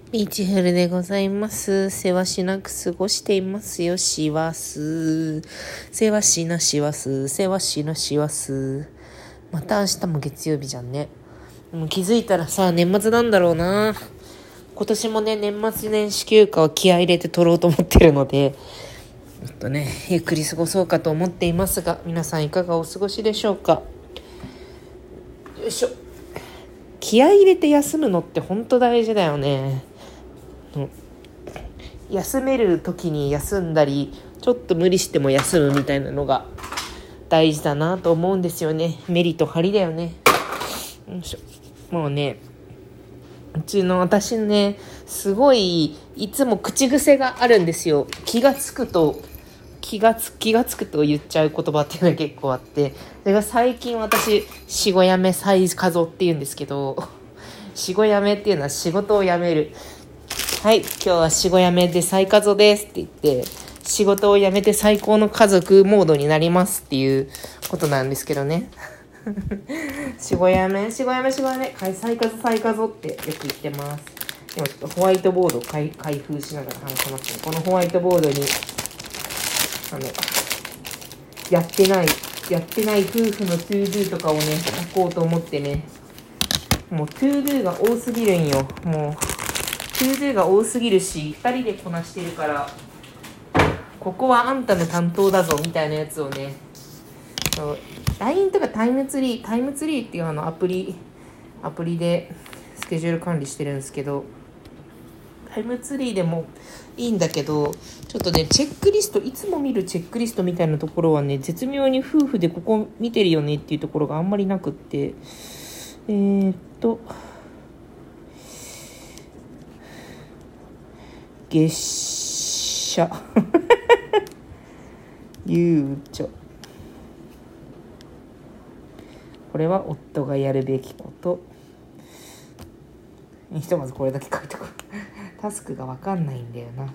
ビーチフルでございます。せわしなく過ごしていますよ、しわす。せわしなしわす、せわしなしわす。また明日も月曜日じゃんね。もう気づいたらさ、年末なんだろうな。今年もね、年末年始休暇を気合い入れて取ろうと思ってるので、ゆっくり過ごそうかと思っていますが、皆さんいかがお過ごしでしょうか。よいしょ。気合い入れて休むのって本当大事だよね。休める時に休んだり、ちょっと無理しても休むみたいなのが大事だなと思うんですよね。メリと張りだよね。よいしょ。もうね、私ね、すごいいつも口癖があるんですよ。気がつくと言っちゃう言葉っていうのが結構あって、それが最近私、しごやめ再稼働って言うんですけど、しごやめっていうのは仕事を辞める。はい、今日はしごやめで再稼働ですって言って、仕事を辞めて最高の家族モードになりますっていうことなんですけどね。しごやめ、再稼働ってよく言ってます。今ちょっとホワイトボードを開封しながら話しますね。このホワイトボードにやってない夫婦のトゥードゥとかをね書こうと思ってね。もうトゥードゥが多すぎるんよ。もうトゥードゥが多すぎるし、2人でこなしてるから、ここはあんたの担当だぞみたいなやつをね、LINE とかタイムツリーっていうアプリでスケジュール管理してるんですけど、タイムツリーでもいいんだけど、ちょっとね、チェックリスト、いつも見るチェックリストみたいなところはね、絶妙に夫婦でここ見てるよねっていうところがあんまりなくって、月謝ゆうちょ、これは夫がやるべきこと。ひとまずこれだけ書いておく。タスクが分かんないんだよな。よ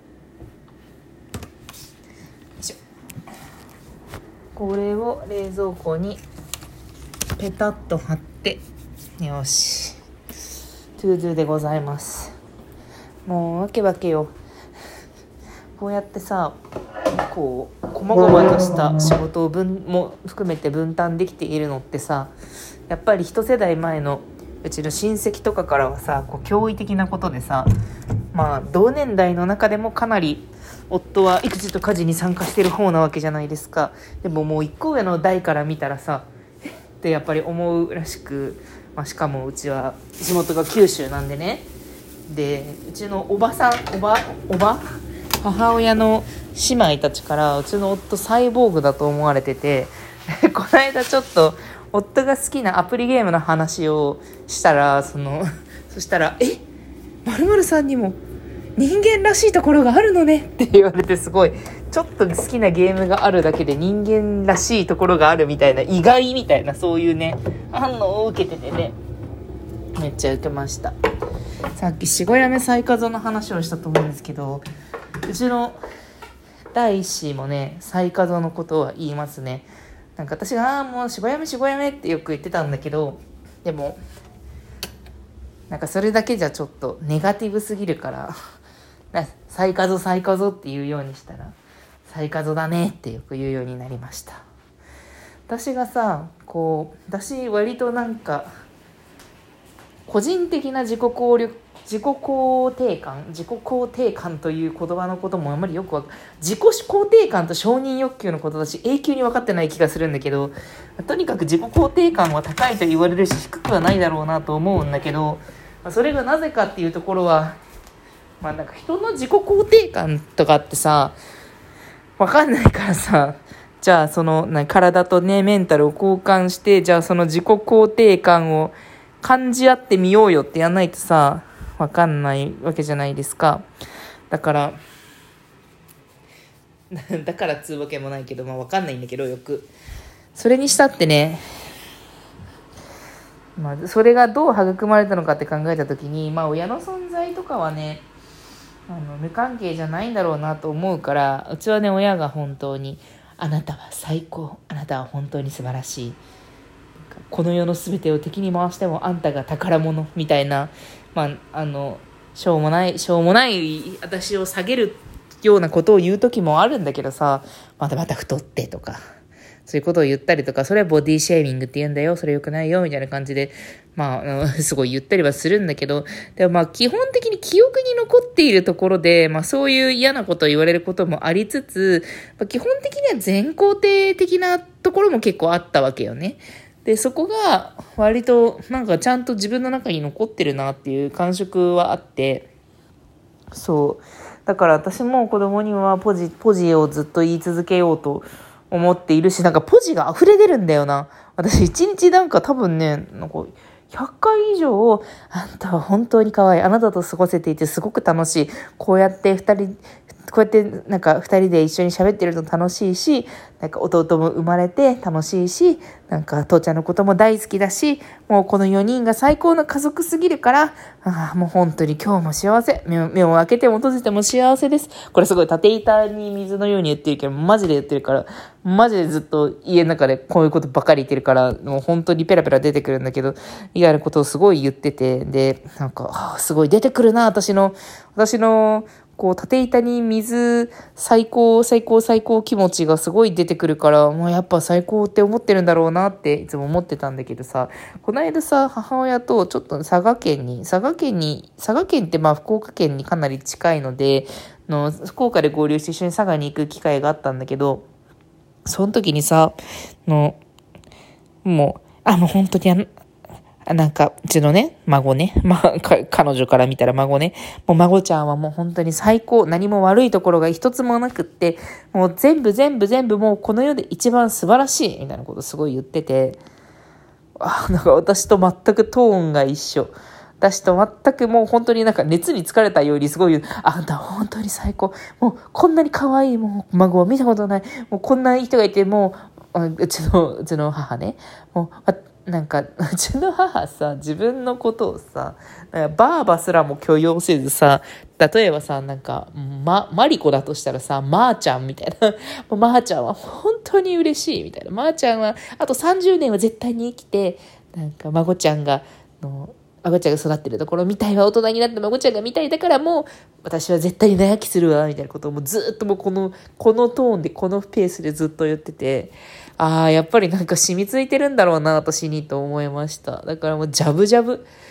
いしょ。これを冷蔵庫にペタッと貼って、よし、トゥードゥでございます。もうわけよ。こうやってさ、こう細々とした仕事をも含めて分担できているのってさ、やっぱり一世代前のうちの親戚とかからはさ、こう驚異的なことでさ、同年代の中でもかなり夫は育児と家事に参加してる方なわけじゃないですか。でももう一個上の代から見たらさ、ってやっぱり思うらしく、しかもうちは地元が九州なんでね。で、うちの母親の姉妹たちからうちの夫サイボーグだと思われてて、この間ちょっと夫が好きなアプリゲームの話をしたら、そしたら〇〇さんにも人間らしいところがあるのねって言われて、すごいちょっと好きなゲームがあるだけで人間らしいところがあるみたいな、意外みたいな、そういうね反応を受けててね、めっちゃ受けました。さっきしごやめ再稼働の話をしたと思うんですけど、うちの第一子もね再稼働のことは言いますね。なんか私がもうしごやめってよく言ってたんだけど、でもなんかそれだけじゃちょっとネガティブすぎるから再稼働って言うようにしたら、再稼働だねってよく言うようになりました。私がさ、私割となんか個人的な自己肯定感という言葉のこともあまりよく自己肯定感と承認欲求のことだし、永久に分かってない気がするんだけど、とにかく自己肯定感は高いと言われるし、低くはないだろうなと思うんだけど、それがなぜかっていうところは、なんか人の自己肯定感とかってさ、分かんないからさ、じゃあその体とねメンタルを交換して、じゃあその自己肯定感を感じ合ってみようよってやんないとさ、わかんないわけじゃないですか。だからつうわけもないけど、わかんないんだけど、よくそれにしたってね、それがどう育まれたのかって考えたときに、親の存在とかはね無関係じゃないんだろうなと思うから、うちはね親が本当にあなたは最高、あなたは本当に素晴らしい、この世の全てを敵に回してもあんたが宝物みたいな、 しょうもない私を下げるようなことを言う時もあるんだけどさ、また太ってとか、そういうことを言ったりとか、それはボディシェーミングって言うんだよ、それ良くないよ、みたいな感じで、すごい言ったりはするんだけど、でも基本的に記憶に残っているところで、そういう嫌なことを言われることもありつつ、基本的には全肯定的なところも結構あったわけよね。で、そこが割とちゃんと自分の中に残ってるなっていう感触はあって、そう。だから私も子供にはポジをずっと言い続けようと思っているし、ポジが溢れ出るんだよな。私一日多分ね、100回以上、あんたは本当に可愛い。あなたと過ごせていてすごく楽しい。こうやって二人で一緒に喋ってるの楽しいし、弟も生まれて楽しいし、父ちゃんのことも大好きだし、もうこの4人が最高の家族すぎるから、もう本当に今日も幸せ。目を開けても閉じても幸せです。これすごい縦板に水のように言ってるけど、マジで言ってるから、マジでずっと家の中でこういうことばっかり言ってるから、もう本当にペラペラ出てくるんだけど、以外のことをすごい言ってて、で、すごい出てくるな、私の、縦板に水、最高気持ちがすごい出てくるから、もうやっぱ最高って思ってるんだろうなっていつも思ってたんだけどさ、この間さ、母親とちょっと佐賀県って福岡県にかなり近いので、福岡で合流して一緒に佐賀に行く機会があったんだけど、その時にさ、もう本当にうちのね、孫ね、彼女から見たら孫ね、もう孫ちゃんはもう本当に最高、何も悪いところが一つもなくって、もう全部もうこの世で一番素晴らしい、みたいなことすごい言ってて、私と全くトーンが一緒。私と全くもう本当に熱に疲れたようにすごい、あんた本当に最高。もうこんなに可愛いもう孫を見たことない。もうこんな人がいて、もう、うちの母ね。もううちの母さ、自分のことをさ、バーバすらも許容せずさ、例えばさ、マリコだとしたらさ、まーちゃんみたいな。もうまーちゃんは本当に嬉しいみたいな。まーちゃんは、あと30年は絶対に生きて、孫ちゃんが育ってるところ見たいわ、大人になって孫ちゃんが見たいだからもう、私は絶対に長生きするわ、みたいなことをもうずっともうこのトーンで、このペースでずっと言ってて、やっぱり染みついてるんだろうな、私にと思いました。だからもうジャブジャ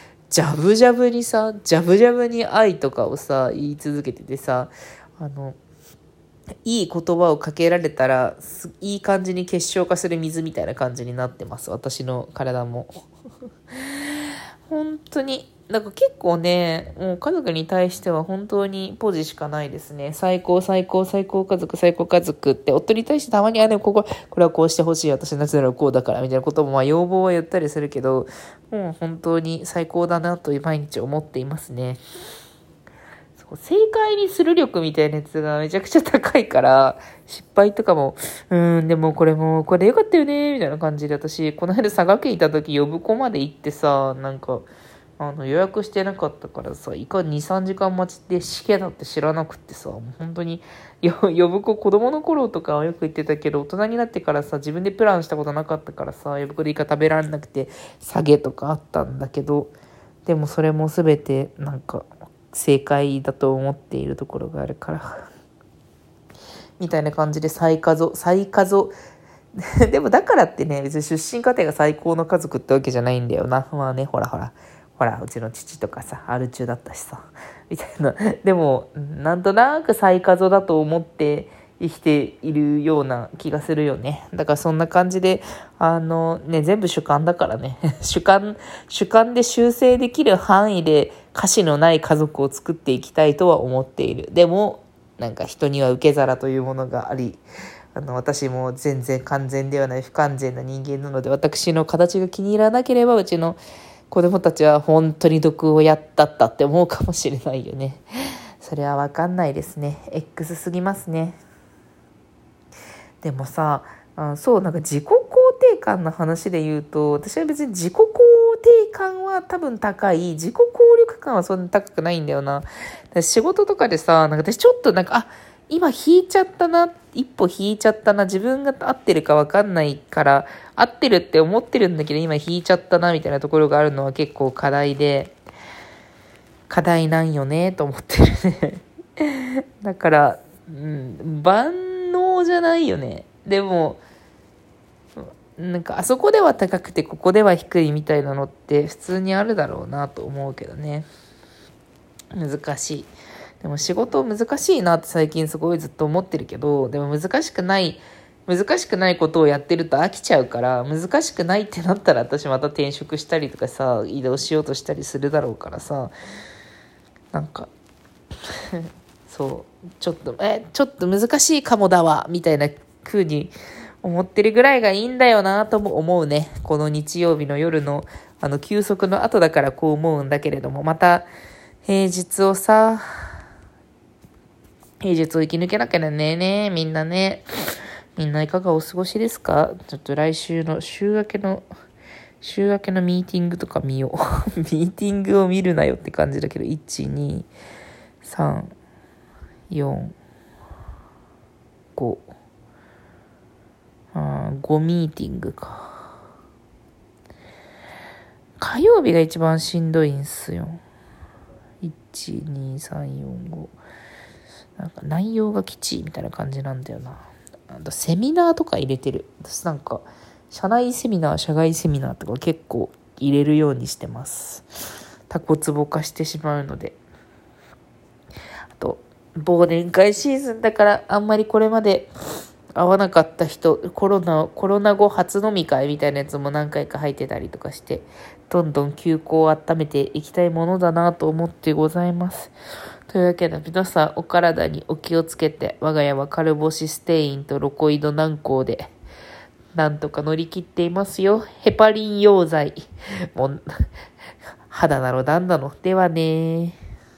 ブに愛とかをさ、言い続けててさ、いい言葉をかけられたら、いい感じに結晶化する水みたいな感じになってます、私の体も。本当に、結構ね、もう家族に対しては本当にポジしかないですね。最高家族って、夫に対してたまに、でもこれはこうしてほしい、私の夏ならこうだから、みたいなことも要望は言ったりするけど、もう本当に最高だなと毎日思っていますね。正解にする力みたいなやつがめちゃくちゃ高いから、失敗とかも、でもこれでよかったよね、みたいな感じで私、この間佐賀県いた時、呼子まで行ってさ、予約してなかったからさ、2、3時間待ちで死刑だって知らなくってさ、もう本当に、呼子子供の頃とかはよく行ってたけど、大人になってからさ、自分でプランしたことなかったからさ、呼子でイカ食べられなくて、下げとかあったんだけど、でもそれもすべて正解だと思っているところがあるからみたいな感じで最下ぞでもだからってね、別に出身家庭が最高の家族ってわけじゃないんだよな。まあね、ほらうちの父とかさ、アル中だったしさみたいな。でもなんとなく最下ぞだと思って生きているような気がするよね。だからそんな感じで、全部主観だからね。主観で修正できる範囲で瑕疵のない家族を作っていきたいとは思っている。でも、人には受け皿というものがあり、私も全然完全ではない不完全な人間なので、私の形が気に入らなければ、うちの子供たちは本当に毒をやったって思うかもしれないよね。それはわかんないですね。X すぎますね。でもさ、そう自己肯定感の話で言うと、私は別に自己肯定感は多分高い、自己効力感はそんな高くないんだよな。仕事とかでさ、私ちょっと今引いちゃったな、一歩引いちゃったな、自分が合ってるか分かんないから合ってるって思ってるんだけど今引いちゃったなみたいなところがあるのは結構課題で、 課題なんよねと思ってるねだから、万能じゃないよね。でもなんかあそこでは高くてここでは低いみたいなのって普通にあるだろうなと思うけどね。難しい。でも仕事難しいなって最近すごいずっと思ってるけど、でも難しくないことをやってると飽きちゃうから、難しくないってなったら私また転職したりとかさ、移動しようとしたりするだろうからさ、なんかそうちょっと難しいかもだわみたいな風に思ってるぐらいがいいんだよなとも思うね。この日曜日の夜の休息の後だからこう思うんだけれども、また平日を生き抜けなきゃね、みんなね。みんないかがお過ごしですか？ちょっと来週の週明けのミーティングとか見よう。ミーティングを見るなよって感じだけど、1、2、3、4、5。5ミーティングか。火曜日が一番しんどいんすよ。1、2、3、4、5。なんか内容がきちいみたいな感じなんだよな。セミナーとか入れてる。私なんか、社内セミナー、社外セミナーとか結構入れるようにしてます。タコツボ化してしまうので。あと、忘年会シーズンだからあんまりこれまで会わなかった人、コロナ後初飲み会みたいなやつも何回か入ってたりとかして、どんどん休校を温めていきたいものだなと思ってございます。というわけで皆さんお体にお気をつけて、我が家はカルボシステインとロコイド軟膏でなんとか乗り切っていますよ。ヘパリン溶剤。もう肌だろなんだの。ではねー。